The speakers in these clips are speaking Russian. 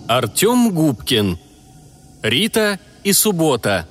Артем Губкин. Рита и суббота.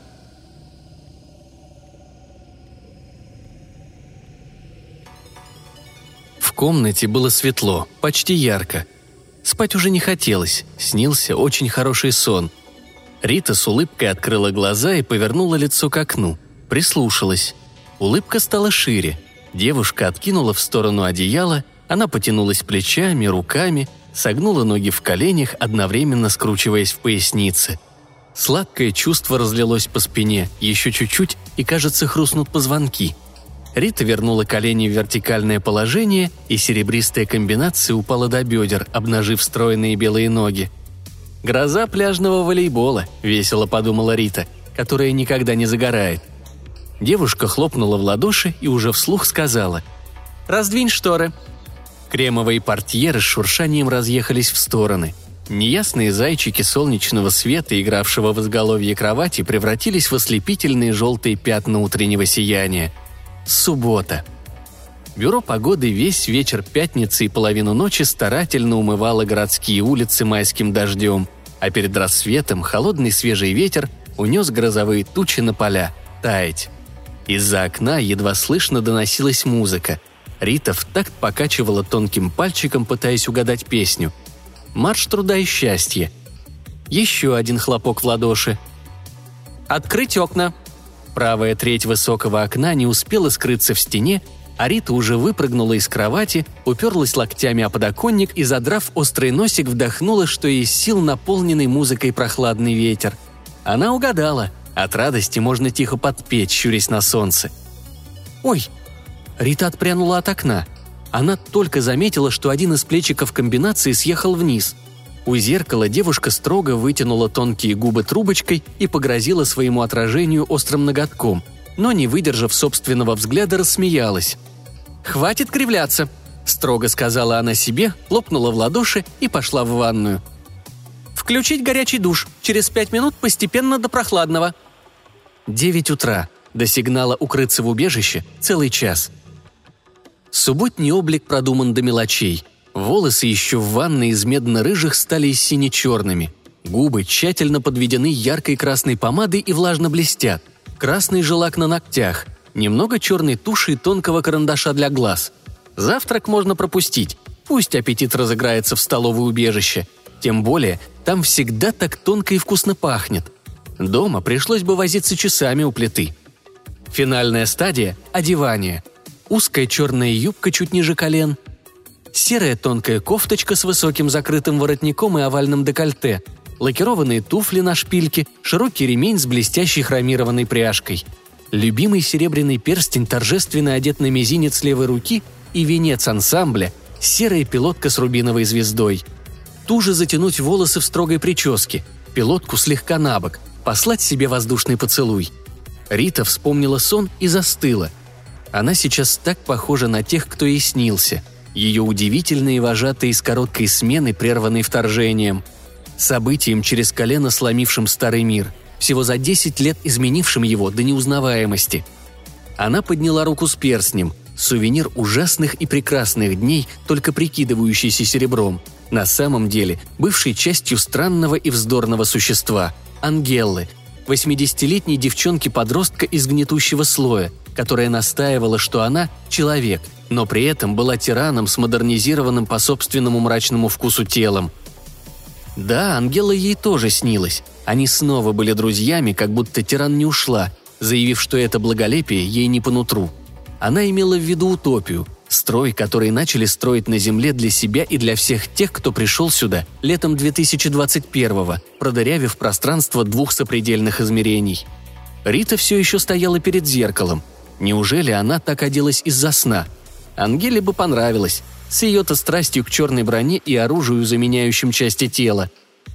В комнате было светло, почти ярко. Спать уже не хотелось, снился очень хороший сон. Рита с улыбкой открыла глаза и повернула лицо к окну. Прислушалась. Улыбка стала шире. Девушка откинула в сторону одеяло, она потянулась плечами, руками, согнула ноги в коленях, одновременно скручиваясь в пояснице. Сладкое чувство разлилось по спине, еще чуть-чуть, и, кажется, хрустнут позвонки. Рита вернула колени в вертикальное положение, и серебристая комбинация упала до бедер, обнажив стройные белые ноги. «Гроза пляжного волейбола», — весело подумала Рита, которая никогда не загорает. Девушка хлопнула в ладоши и уже вслух сказала: «Раздвинь шторы». Кремовые портьеры с шуршанием разъехались в стороны. Неясные зайчики солнечного света, игравшего в изголовье кровати, превратились в ослепительные желтые пятна утреннего сияния. Суббота. Бюро погоды весь вечер пятницы и половину ночи старательно умывало городские улицы майским дождем, а перед рассветом холодный свежий ветер унес грозовые тучи на поля таять. Из-за окна едва слышно доносилась музыка. Рита в такт покачивала тонким пальчиком, пытаясь угадать песню. «Марш труда и счастья». Еще один хлопок в ладоши. «Открыть окна». Правая треть высокого окна не успела скрыться в стене, а Рита уже выпрыгнула из кровати, уперлась локтями о подоконник и, задрав острый носик, вдохнула, что из сил наполненный музыкой прохладный ветер. Она угадала. От радости можно тихо подпеть, щурясь на солнце. «Ой!» Рита отпрянула от окна. Она только заметила, что один из плечиков комбинации съехал вниз. У зеркала девушка строго вытянула тонкие губы трубочкой и погрозила своему отражению острым ноготком, но, не выдержав собственного взгляда, рассмеялась. «Хватит кривляться», – строго сказала она себе, хлопнула в ладоши и пошла в ванную. «Включить горячий душ. Через 5 минут постепенно до прохладного». 9 утра. До сигнала укрыться в убежище целый час. Субботний облик продуман до мелочей. Волосы еще в ванной из медно-рыжих стали сине-черными. Губы тщательно подведены яркой красной помадой и влажно блестят. Красный желак на ногтях. Немного черной туши и тонкого карандаша для глаз. Завтрак можно пропустить. Пусть аппетит разыграется в столовое убежище. Тем более, там всегда так тонко и вкусно пахнет. Дома пришлось бы возиться часами у плиты. Финальная стадия – одевание. Узкая черная юбка чуть ниже колен. Серая тонкая кофточка с высоким закрытым воротником и овальным декольте. Лакированные туфли на шпильке, широкий ремень с блестящей хромированной пряжкой. Любимый серебряный перстень торжественно одет на мизинец левой руки и венец ансамбля – серая пилотка с рубиновой звездой. Туже затянуть волосы в строгой прическе, пилотку слегка набок, послать себе воздушный поцелуй. Рита вспомнила сон и застыла. Она сейчас так похожа на тех, кто ей снился. Ее удивительные вожатые из короткой смены, прерванной вторжением. Событием через колено, сломившим старый мир. Всего за 10 лет изменившим его до неузнаваемости. Она подняла руку с перстнем. Сувенир ужасных и прекрасных дней, только прикидывающийся серебром. На самом деле, бывшей частью странного и вздорного существа – Ангеллы, 80-летней девчонки-подростка из гнетущего слоя, которая настаивала, что она – человек, но при этом была тираном с модернизированным по собственному мрачному вкусу телом. Да, Ангелла ей тоже снилась. Они снова были друзьями, как будто тиран не ушла, заявив, что это благолепие ей не по нутру. Она имела в виду утопию, строй, который начали строить на Земле для себя и для всех тех, кто пришел сюда летом 2021-го, продырявив пространство 2 сопредельных измерений. Рита все еще стояла перед зеркалом. Неужели она так оделась из-за сна? Ангеле бы понравилось, с ее-то страстью к черной броне и оружию, заменяющим части тела.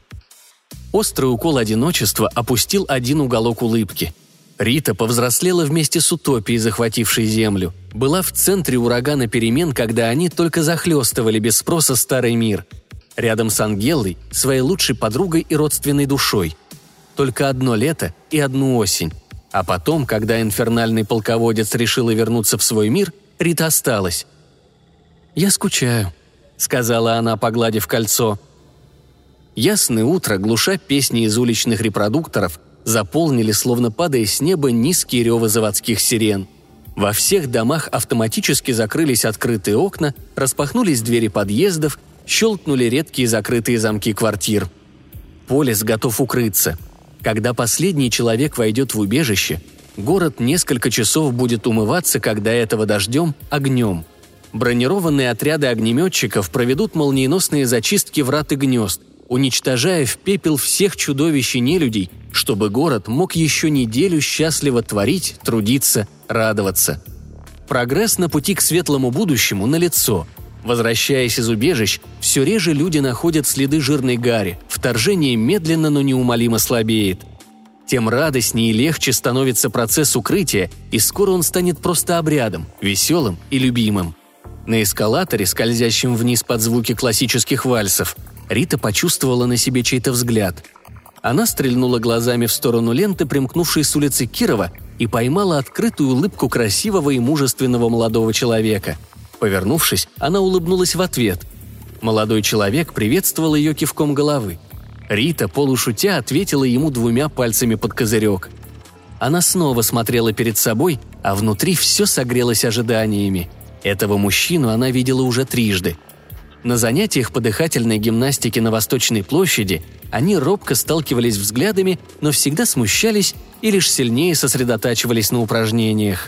Острый укол одиночества опустил один уголок улыбки. Рита повзрослела вместе с утопией, захватившей Землю. Была в центре урагана перемен, когда они только захлестывали без спроса старый мир. Рядом с Ангеллой, своей лучшей подругой и родственной душой. Только одно лето и одну осень. А потом, когда инфернальный полководец решила вернуться в свой мир, Рита осталась. «Я скучаю», — сказала она, погладив кольцо. Ясное утро, глуша песни из уличных репродукторов, заполнили, словно падая с неба, низкие ревы заводских сирен. Во всех домах автоматически закрылись открытые окна, распахнулись двери подъездов, щелкнули редкие закрытые замки квартир. Полис готов укрыться. Когда последний человек войдет в убежище, город несколько часов будет умываться, когда этого дождем, огнем. Бронированные отряды огнеметчиков проведут молниеносные зачистки врат и гнезд, уничтожая в пепел всех чудовищ и нелюдей, чтобы город мог еще неделю счастливо творить, трудиться, радоваться. Прогресс на пути к светлому будущему налицо. Возвращаясь из убежищ, все реже люди находят следы жирной гари, вторжение медленно, но неумолимо слабеет. Тем радостнее и легче становится процесс укрытия, и скоро он станет просто обрядом, веселым и любимым. На эскалаторе, скользящем вниз под звуки классических вальсов, Рита почувствовала на себе чей-то взгляд. Она стрельнула глазами в сторону ленты, примкнувшей с улицы Кирова, и поймала открытую улыбку красивого и мужественного молодого человека. Повернувшись, она улыбнулась в ответ. Молодой человек приветствовал ее кивком головы. Рита, полушутя, ответила ему 2 пальцами под козырек. Она снова смотрела перед собой, а внутри все согрелось ожиданиями. Этого мужчину она видела уже 3. На занятиях по дыхательной гимнастике на Восточной площади они робко сталкивались взглядами, но всегда смущались и лишь сильнее сосредотачивались на упражнениях.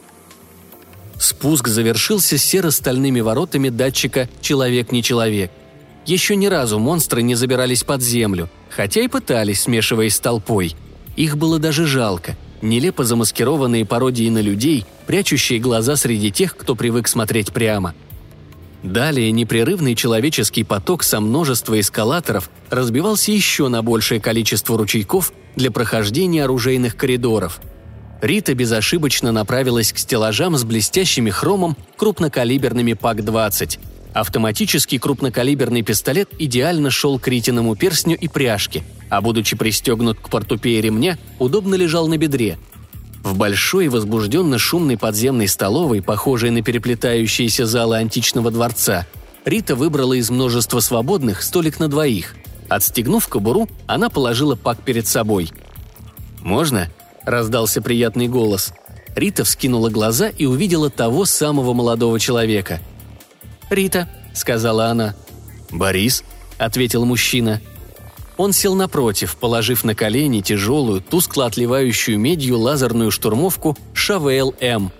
Спуск завершился серо-стальными воротами датчика «Человек не человек». Еще ни разу монстры не забирались под землю, хотя и пытались, смешиваясь с толпой. Их было даже жалко. Нелепо замаскированные пародии на людей, прячущие глаза среди тех, кто привык смотреть прямо. Далее непрерывный человеческий поток со множества эскалаторов разбивался еще на большее количество ручейков для прохождения оружейных коридоров. Рита безошибочно направилась к стеллажам с блестящими хромом крупнокалиберными ПАК-20. Автоматический крупнокалиберный пистолет идеально шел к Ритиному перстню и пряжке, а будучи пристегнут к портупее ремня, удобно лежал на бедре. В большой и возбужденно шумной подземной столовой, похожей на переплетающиеся залы античного дворца, Рита выбрала из множества свободных столик на 2. Отстегнув кобуру, она положила ПАК перед собой. «Можно?» – раздался приятный голос. Рита вскинула глаза и увидела того самого молодого человека. «Рита», – сказала она. «Борис», – ответил мужчина. Он сел напротив, положив на колени тяжелую, тускло отливающую медью лазерную штурмовку «Шавейл-М».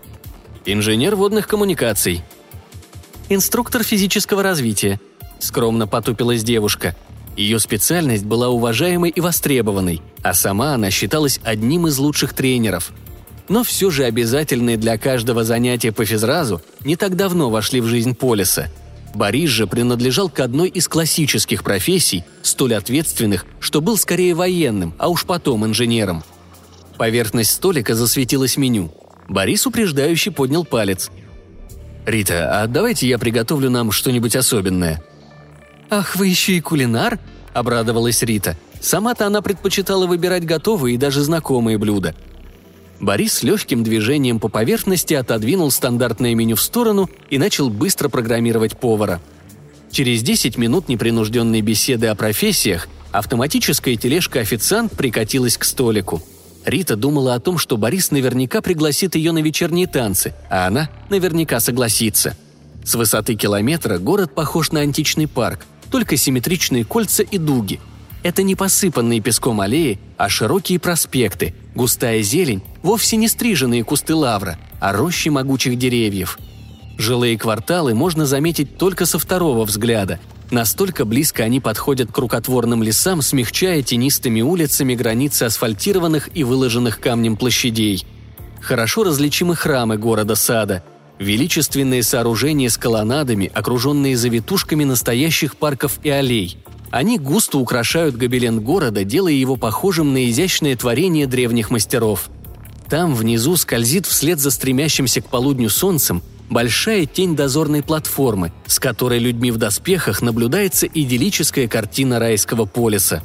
«Инженер водных коммуникаций». «Инструктор физического развития», – скромно потупилась девушка. Ее специальность была уважаемой и востребованной, а сама она считалась одним из лучших тренеров. Но все же обязательные для каждого занятия по физразу не так давно вошли в жизнь Полиса. Борис же принадлежал к одной из классических профессий, столь ответственных, что был скорее военным, а уж потом инженером. Поверхность столика засветилось меню. Борис упреждающе поднял палец. «Рита, а давайте я приготовлю нам что-нибудь особенное». «Ах, вы еще и кулинар?» – обрадовалась Рита. Сама-то она предпочитала выбирать готовые и даже знакомые блюда. Борис с легким движением по поверхности отодвинул стандартное меню в сторону и начал быстро программировать повара. Через 10 минут непринужденной беседы о профессиях автоматическая тележка-официант прикатилась к столику. Рита думала о том, что Борис наверняка пригласит ее на вечерние танцы, а она наверняка согласится. С высоты километра город похож на античный парк, только симметричные кольца и дуги. Это не посыпанные песком аллеи, а широкие проспекты, густая зелень, вовсе не стриженные кусты лавра, а рощи могучих деревьев. Жилые кварталы можно заметить только со второго взгляда. Настолько близко они подходят к рукотворным лесам, смягчая тенистыми улицами границы асфальтированных и выложенных камнем площадей. Хорошо различимы храмы города-сада, величественные сооружения с колоннадами, окруженные завитушками настоящих парков и аллей. Они густо украшают гобелен города, делая его похожим на изящное творение древних мастеров. Там внизу скользит вслед за стремящимся к полудню солнцем большая тень дозорной платформы, с которой людьми в доспехах наблюдается идиллическая картина райского полиса.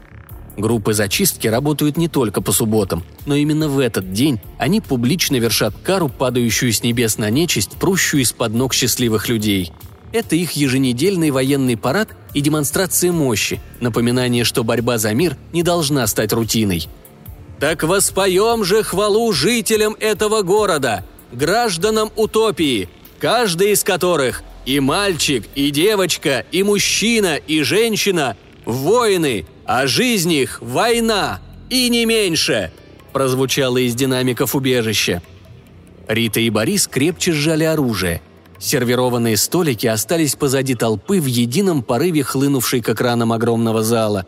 Группы зачистки работают не только по субботам, но именно в этот день они публично вершат кару, падающую с небес на нечисть, прущую из-под ног счастливых людей. Это их еженедельный военный парад и демонстрация мощи, напоминание, что борьба за мир не должна стать рутиной. «Так воспоем же хвалу жителям этого города, гражданам утопии, каждый из которых – и мальчик, и девочка, и мужчина, и женщина – воины, а жизнь их – война, и не меньше!» – прозвучало из динамиков убежища. Рита и Борис крепче сжали оружие. Сервированные столики остались позади толпы в едином порыве хлынувшей к экранам огромного зала.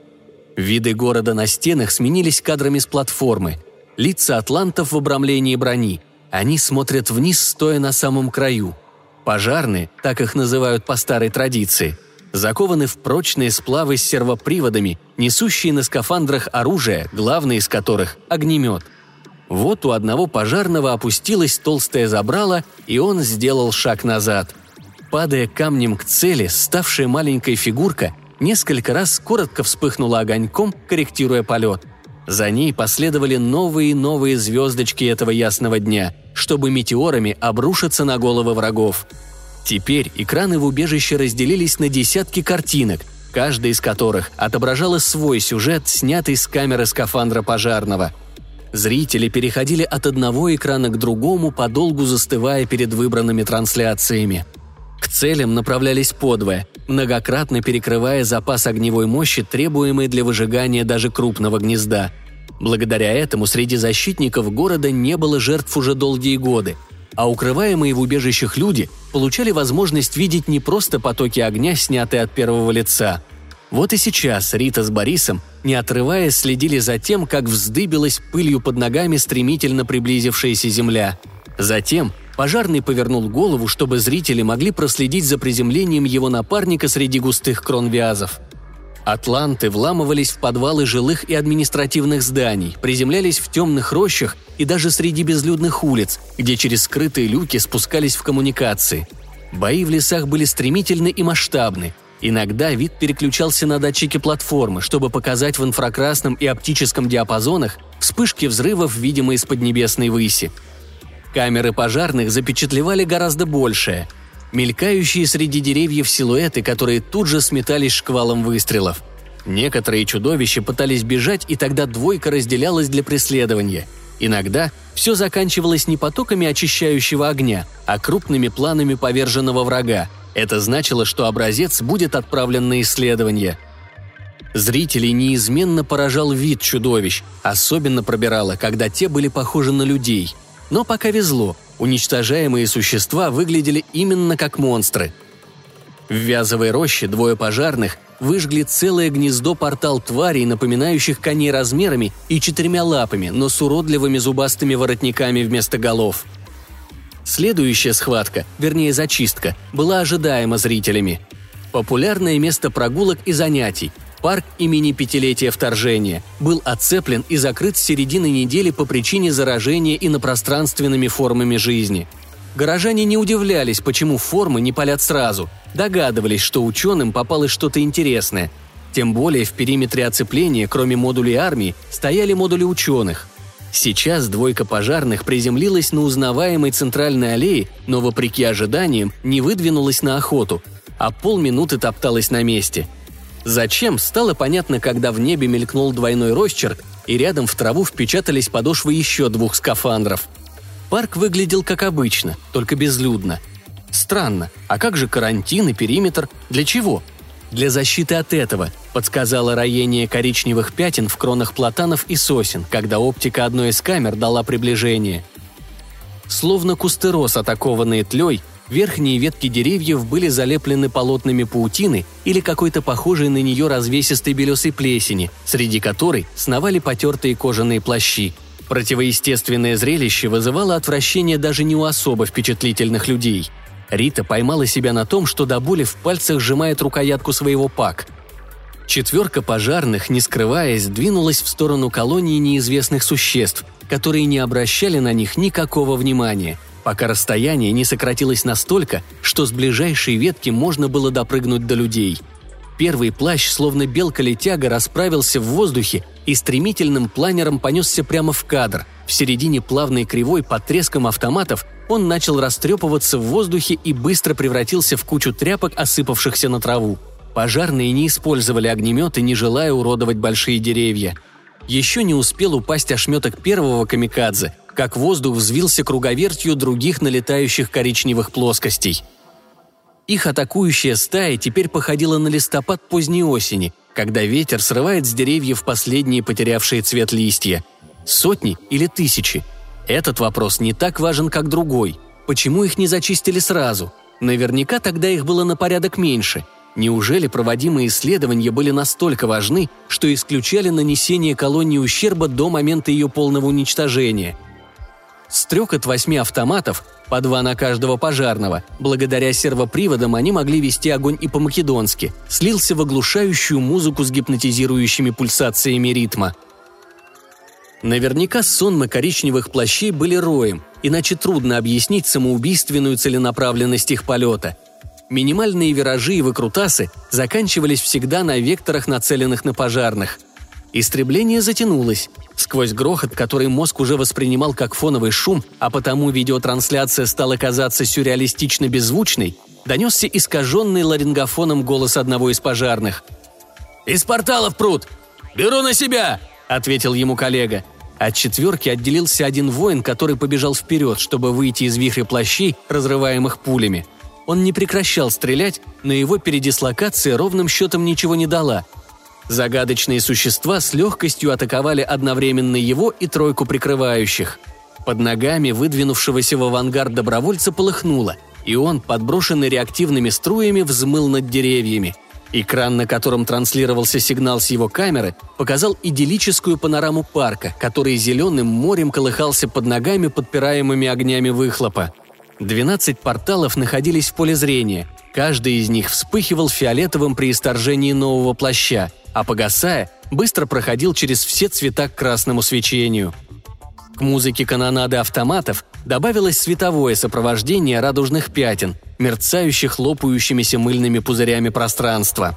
Виды города на стенах сменились кадрами с платформы. Лица атлантов в обрамлении брони. Они смотрят вниз, стоя на самом краю. Пожарные, так их называют по старой традиции, закованы в прочные сплавы с сервоприводами, несущие на скафандрах оружие, главное из которых – огнемет. Вот у одного пожарного опустилось толстое забрало, и он сделал шаг назад. Падая камнем к цели, ставшая маленькая фигурка несколько раз коротко вспыхнула огоньком, корректируя полет. За ней последовали новые и новые звездочки этого ясного дня, чтобы метеорами обрушиться на головы врагов. Теперь экраны в убежище разделились на десятки картинок, каждая из которых отображала свой сюжет, снятый с камеры скафандра пожарного. Зрители переходили от одного экрана к другому, подолгу застывая перед выбранными трансляциями. К целям направлялись подвое, многократно перекрывая запас огневой мощи, требуемый для выжигания даже крупного гнезда. Благодаря этому среди защитников города не было жертв уже долгие годы, а укрываемые в убежищах люди получали возможность видеть не просто потоки огня, снятые от первого лица. Вот и сейчас Рита с Борисом, не отрываясь, следили за тем, как вздыбилась пылью под ногами стремительно приблизившаяся земля. Затем пожарный повернул голову, чтобы зрители могли проследить за приземлением его напарника среди густых крон вязов. Атланты вламывались в подвалы жилых и административных зданий, приземлялись в темных рощах и даже среди безлюдных улиц, где через скрытые люки спускались в коммуникации. Бои в лесах были стремительны и масштабны. Иногда вид переключался на датчики платформы, чтобы показать в инфракрасном и оптическом диапазонах вспышки взрывов, видимые из поднебесной выси. Камеры пожарных запечатлевали гораздо большее. Мелькающие среди деревьев силуэты, которые тут же сметались шквалом выстрелов. Некоторые чудовища пытались бежать, и тогда двойка разделялась для преследования. Иногда все заканчивалось не потоками очищающего огня, а крупными планами поверженного врага. Это значило, что образец будет отправлен на исследование. Зрителей неизменно поражал вид чудовищ, особенно пробирало, когда те были похожи на людей. Но пока везло, уничтожаемые существа выглядели именно как монстры. В Вязовой роще двое пожарных выжгли целое гнездо-портал тварей, напоминающих коней размерами и 4 лапами, но с уродливыми зубастыми воротниками вместо голов. Следующая схватка, вернее зачистка, была ожидаема зрителями. Популярное место прогулок и занятий, парк имени пятилетия вторжения, был оцеплен и закрыт с середины недели по причине заражения инопространственными формами жизни. Горожане не удивлялись, почему формы не палят сразу, догадывались, что ученым попалось что-то интересное. Тем более в периметре оцепления, кроме модулей армии, стояли модули ученых. Сейчас двойка пожарных приземлилась на узнаваемой центральной аллее, но, вопреки ожиданиям, не выдвинулась на охоту, а полминуты топталась на месте. Зачем, стало понятно, когда в небе мелькнул двойной росчерк, и рядом в траву впечатались подошвы еще 2 скафандров. Парк выглядел как обычно, только безлюдно. Странно, а как же карантин и периметр? Для чего? Для защиты от этого, подсказало роение коричневых пятен в кронах платанов и сосен, когда оптика одной из камер дала приближение. Словно кусты роз, атакованные тлей, верхние ветки деревьев были залеплены полотнами паутины или какой-то похожей на нее развесистой белесой плесени, среди которой сновали потертые кожаные плащи. Противоестественное зрелище вызывало отвращение даже не у особо впечатлительных людей. Рита поймала себя на том, что до боли в пальцах сжимает рукоятку своего ПАК. 4 пожарных, не скрываясь, двинулась в сторону колонии неизвестных существ, которые не обращали на них никакого внимания, пока расстояние не сократилось настолько, что с ближайшей ветки можно было допрыгнуть до людей. Первый плащ, словно белка-летяга, расправился в воздухе и стремительным планером понесся прямо в кадр. В середине плавной кривой под треском автоматов он начал растрепываться в воздухе и быстро превратился в кучу тряпок, осыпавшихся на траву. Пожарные не использовали огнеметы, не желая уродовать большие деревья. Еще не успел упасть ошметок первого камикадзе, как воздух взвился круговертью других налетающих коричневых плоскостей. Их атакующая стая теперь походила на листопад поздней осени, когда ветер срывает с деревьев последние потерявшие цвет листья. Сотни или тысячи? Этот вопрос не так важен, как другой. Почему их не зачистили сразу? Наверняка тогда их было на порядок меньше. Неужели проводимые исследования были настолько важны, что исключали нанесение колонии ущерба до момента ее полного уничтожения? Стрекот 8 автоматов, по 2 на каждого пожарного, благодаря сервоприводам они могли вести огонь и по-македонски, слился в оглушающую музыку с гипнотизирующими пульсациями ритма. Наверняка сонмы коричневых плащей были роем, иначе трудно объяснить самоубийственную целенаправленность их полета. Минимальные виражи и выкрутасы заканчивались всегда на векторах, нацеленных на пожарных. Истребление затянулось. Сквозь грохот, который мозг уже воспринимал как фоновый шум, а потому видеотрансляция стала казаться сюрреалистично беззвучной, донесся искаженный ларингофоном голос одного из пожарных. «Из порталов прут! Беру на себя!» – ответил ему коллега. От четверки отделился один воин, который побежал вперед, чтобы выйти из вихря плащей, разрываемых пулями. Он не прекращал стрелять, но его передислокация ровным счетом ничего не дала. Загадочные существа с легкостью атаковали одновременно его и тройку прикрывающих. Под ногами выдвинувшегося в авангард добровольца полыхнуло, и он, подброшенный реактивными струями, взмыл над деревьями. Экран, на котором транслировался сигнал с его камеры, показал идиллическую панораму парка, который зеленым морем колыхался под ногами, подпираемыми огнями выхлопа. 12 порталов находились в поле зрения. Каждый из них вспыхивал фиолетовым при исторжении нового плаща, а погасая, быстро проходил через все цвета к красному свечению. К музыке канонады автоматов добавилось световое сопровождение радужных пятен, мерцающих лопающимися мыльными пузырями пространства.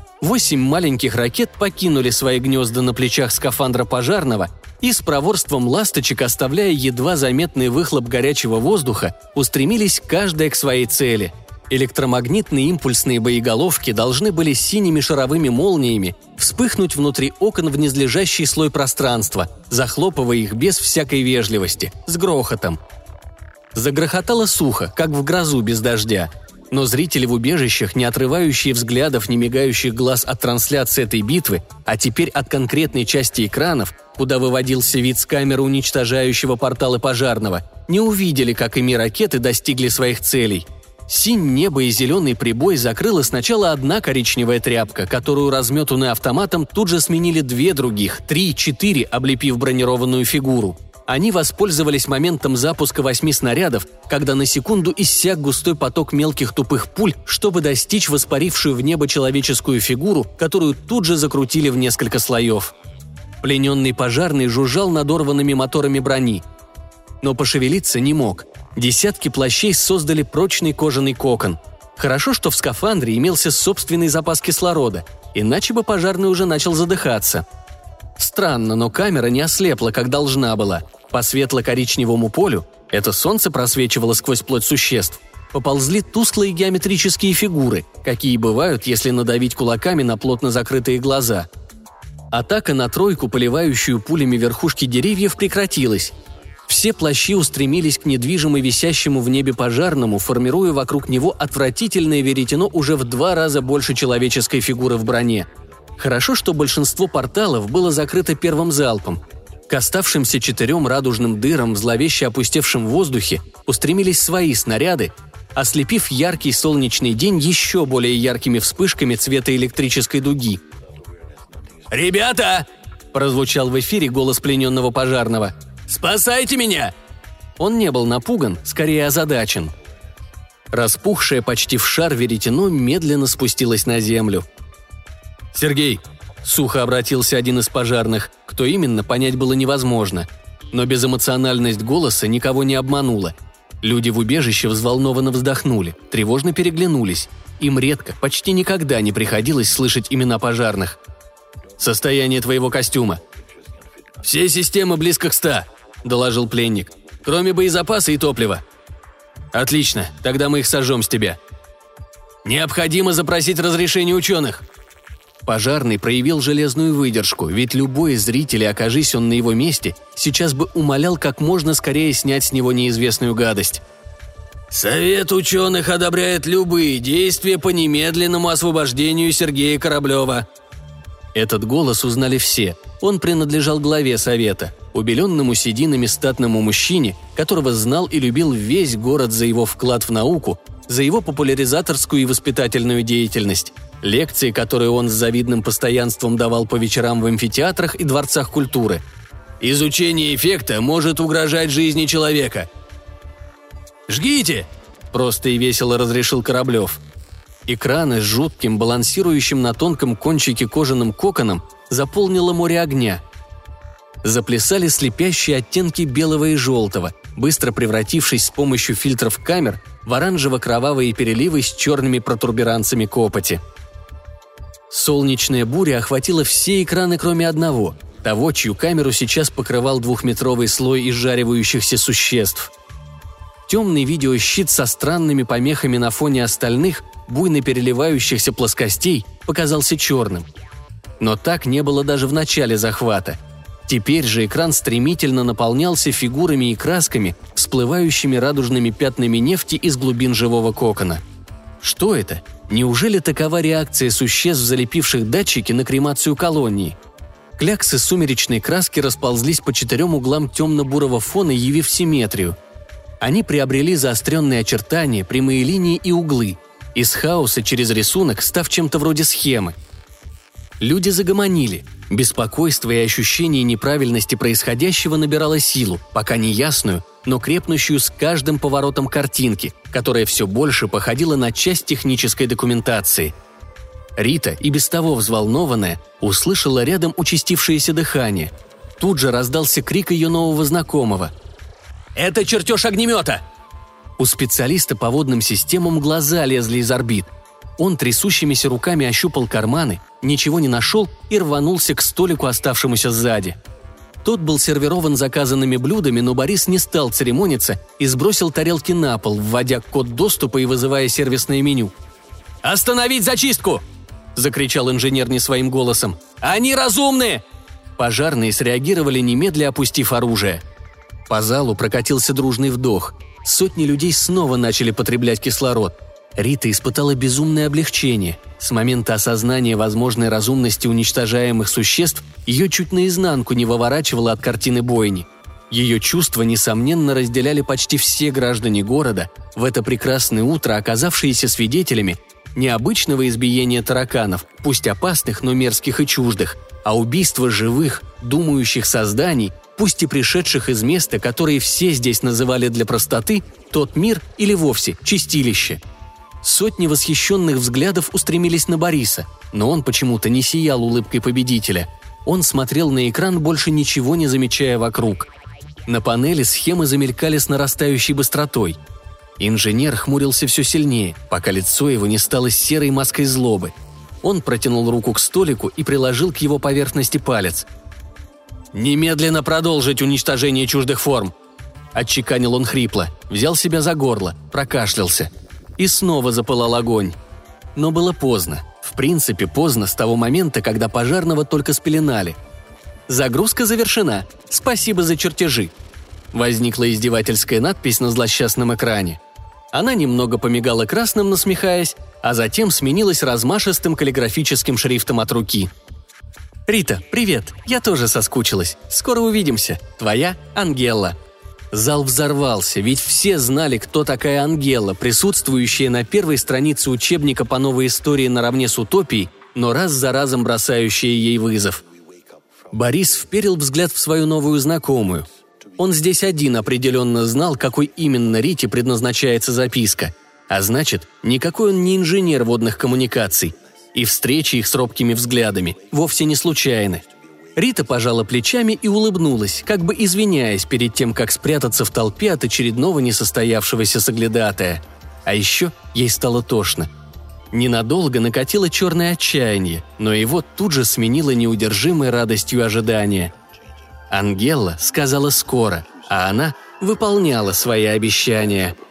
8 маленьких ракет покинули свои гнезда на плечах скафандра пожарного и с проворством ласточек, оставляя едва заметный выхлоп горячего воздуха, устремились каждая к своей цели. Электромагнитные импульсные боеголовки должны были синими шаровыми молниями вспыхнуть внутри окон в низлежащий слой пространства, захлопывая их без всякой вежливости, с грохотом. Загрохотало сухо, как в грозу без дождя, но зрители в убежищах, не отрывающие взглядов, не мигающих глаз от трансляции этой битвы, а теперь от конкретной части экранов, куда выводился вид с камеры уничтожающего порталы пожарного, не увидели, как ими ракеты достигли своих целей. Синь небо и зеленый прибой закрыла сначала одна коричневая тряпка, которую разметанную автоматом тут же сменили 2 других, 3-4, облепив бронированную фигуру. Они воспользовались моментом запуска 8 снарядов, когда на секунду иссяк густой поток мелких тупых пуль, чтобы достичь воспарившую в небо человеческую фигуру, которую тут же закрутили в несколько слоев. Плененный пожарный жужжал надорванными моторами брони, но пошевелиться не мог. Десятки плащей создали прочный кожаный кокон. Хорошо, что в скафандре имелся собственный запас кислорода, иначе бы пожарный уже начал задыхаться. Странно, но камера не ослепла, как должна была. По светло-коричневому полю, это солнце просвечивало сквозь плоть существ, поползли тусклые геометрические фигуры, какие бывают, если надавить кулаками на плотно закрытые глаза. Атака на тройку, поливающую пулями верхушки деревьев, прекратилась. Все плащи устремились к недвижимо висящему в небе пожарному, формируя вокруг него отвратительное веретено уже в 2 раза больше человеческой фигуры в броне. Хорошо, что большинство порталов было закрыто первым залпом. К оставшимся 4 радужным дырам в зловеще опустевшем воздухе устремились свои снаряды, ослепив яркий солнечный день еще более яркими вспышками цвета электрической дуги. «Ребята!» – прозвучал в эфире голос плененного пожарного. «Спасайте меня!» Он не был напуган, скорее озадачен. Распухшее почти в шар веретено медленно спустилось на землю. «Сергей!» – сухо обратился один из пожарных. Кто именно, понять было невозможно. Но безэмоциональность голоса никого не обманула. Люди в убежище взволнованно вздохнули, тревожно переглянулись. Им редко, почти никогда не приходилось слышать имена пожарных. «Состояние твоего костюма?» «Все системы близко к 100», – доложил пленник. «Кроме боезапаса и топлива». «Отлично, тогда мы их сожжем с тебя». «Необходимо запросить разрешение ученых». Пожарный проявил железную выдержку, ведь любой из зрителей, окажись он на его месте, сейчас бы умолял как можно скорее снять с него неизвестную гадость. «Совет ученых одобряет любые действия по немедленному освобождению Сергея Кораблева». Этот голос узнали все. Он принадлежал главе совета, убеленному сединами статному мужчине, которого знал и любил весь город за его вклад в науку, за его популяризаторскую и воспитательную деятельность. Лекции, которые он с завидным постоянством давал по вечерам в амфитеатрах и дворцах культуры. «Изучение эффекта может угрожать жизни человека». «Жгите!» – просто и весело разрешил Кораблев. Экраны с жутким, балансирующим на тонком кончике кожаным коконом заполнило море огня. Заплясали слепящие оттенки белого и желтого, быстро превратившись с помощью фильтров камер в оранжево-кровавые переливы с черными протуберанцами копоти. Солнечная буря охватила все экраны, кроме одного, того, чью камеру сейчас покрывал 2-метровый слой изжаривающихся существ. Темный видеощит со странными помехами на фоне остальных, буйно переливающихся плоскостей, показался черным. Но так не было даже в начале захвата. Теперь же экран стремительно наполнялся фигурами и красками, всплывающими радужными пятнами нефти из глубин живого кокона. Что это? Неужели такова реакция существ, залепивших датчики на кремацию колонии? Кляксы сумеречной краски расползлись по 4 углам темно-бурого фона, явив симметрию. Они приобрели заостренные очертания, прямые линии и углы, из хаоса через рисунок, став чем-то вроде схемы. Люди загомонили. Беспокойство и ощущение неправильности происходящего набирало силу, пока неясную, но крепнущую с каждым поворотом картинки, которая все больше походила на часть технической документации. Рита, и без того взволнованная, услышала рядом участившееся дыхание. Тут же раздался крик ее нового знакомого. «Это чертеж огнемета!» У специалиста по водным системам глаза лезли из орбит. Он трясущимися руками ощупал карманы, ничего не нашел и рванулся к столику, оставшемуся сзади. Тот был сервирован заказанными блюдами, но Борис не стал церемониться и сбросил тарелки на пол, вводя код доступа и вызывая сервисное меню. «Остановить зачистку!» – закричал инженер не своим голосом. «Они разумные!» Пожарные среагировали немедля, опустив оружие. По залу прокатился дружный вдох. Сотни людей снова начали потреблять кислород. Рита испытала безумное облегчение. С момента осознания возможной разумности уничтожаемых существ ее чуть наизнанку не выворачивало от картины бойни. Ее чувства, несомненно, разделяли почти все граждане города, в это прекрасное утро оказавшиеся свидетелями необычного избиения тараканов, пусть опасных, но мерзких и чуждых, а убийства живых, думающих созданий, пусть и пришедших из места, которые все здесь называли для простоты тот мир или вовсе чистилище. Сотни восхищенных взглядов устремились на Бориса, но он почему-то не сиял улыбкой победителя. Он смотрел на экран, больше ничего не замечая вокруг. На панели схемы замелькали с нарастающей быстротой. Инженер хмурился все сильнее, пока лицо его не стало серой маской злобы. Он протянул руку к столику и приложил к его поверхности палец. «Немедленно продолжить уничтожение чуждых форм!» Отчеканил он хрипло, взял себя за горло, прокашлялся. И снова запылал огонь. Но было поздно. В принципе, поздно с того момента, когда пожарного только спеленали. «Загрузка завершена. Спасибо за чертежи». Возникла издевательская надпись на злосчастном экране. Она немного помигала красным, насмехаясь, а затем сменилась размашистым каллиграфическим шрифтом от руки. «Рита, привет. Я тоже соскучилась. Скоро увидимся. Твоя Ангела». Зал взорвался, ведь все знали, кто такая Ангела, присутствующая на первой странице учебника по новой истории наравне с утопией, но раз за разом бросающая ей вызов. Борис вперил взгляд в свою новую знакомую. Он здесь один определенно знал, какой именно Рите предназначается записка. А значит, никакой он не инженер водных коммуникаций. И встречи их с робкими взглядами вовсе не случайны. Рита пожала плечами и улыбнулась, как бы извиняясь перед тем, как спрятаться в толпе от очередного несостоявшегося соглядатая. А еще ей стало тошно. Ненадолго накатило черное отчаяние, но его тут же сменило неудержимой радостью ожидания. Ангелла сказала скоро, а она выполняла свои обещания –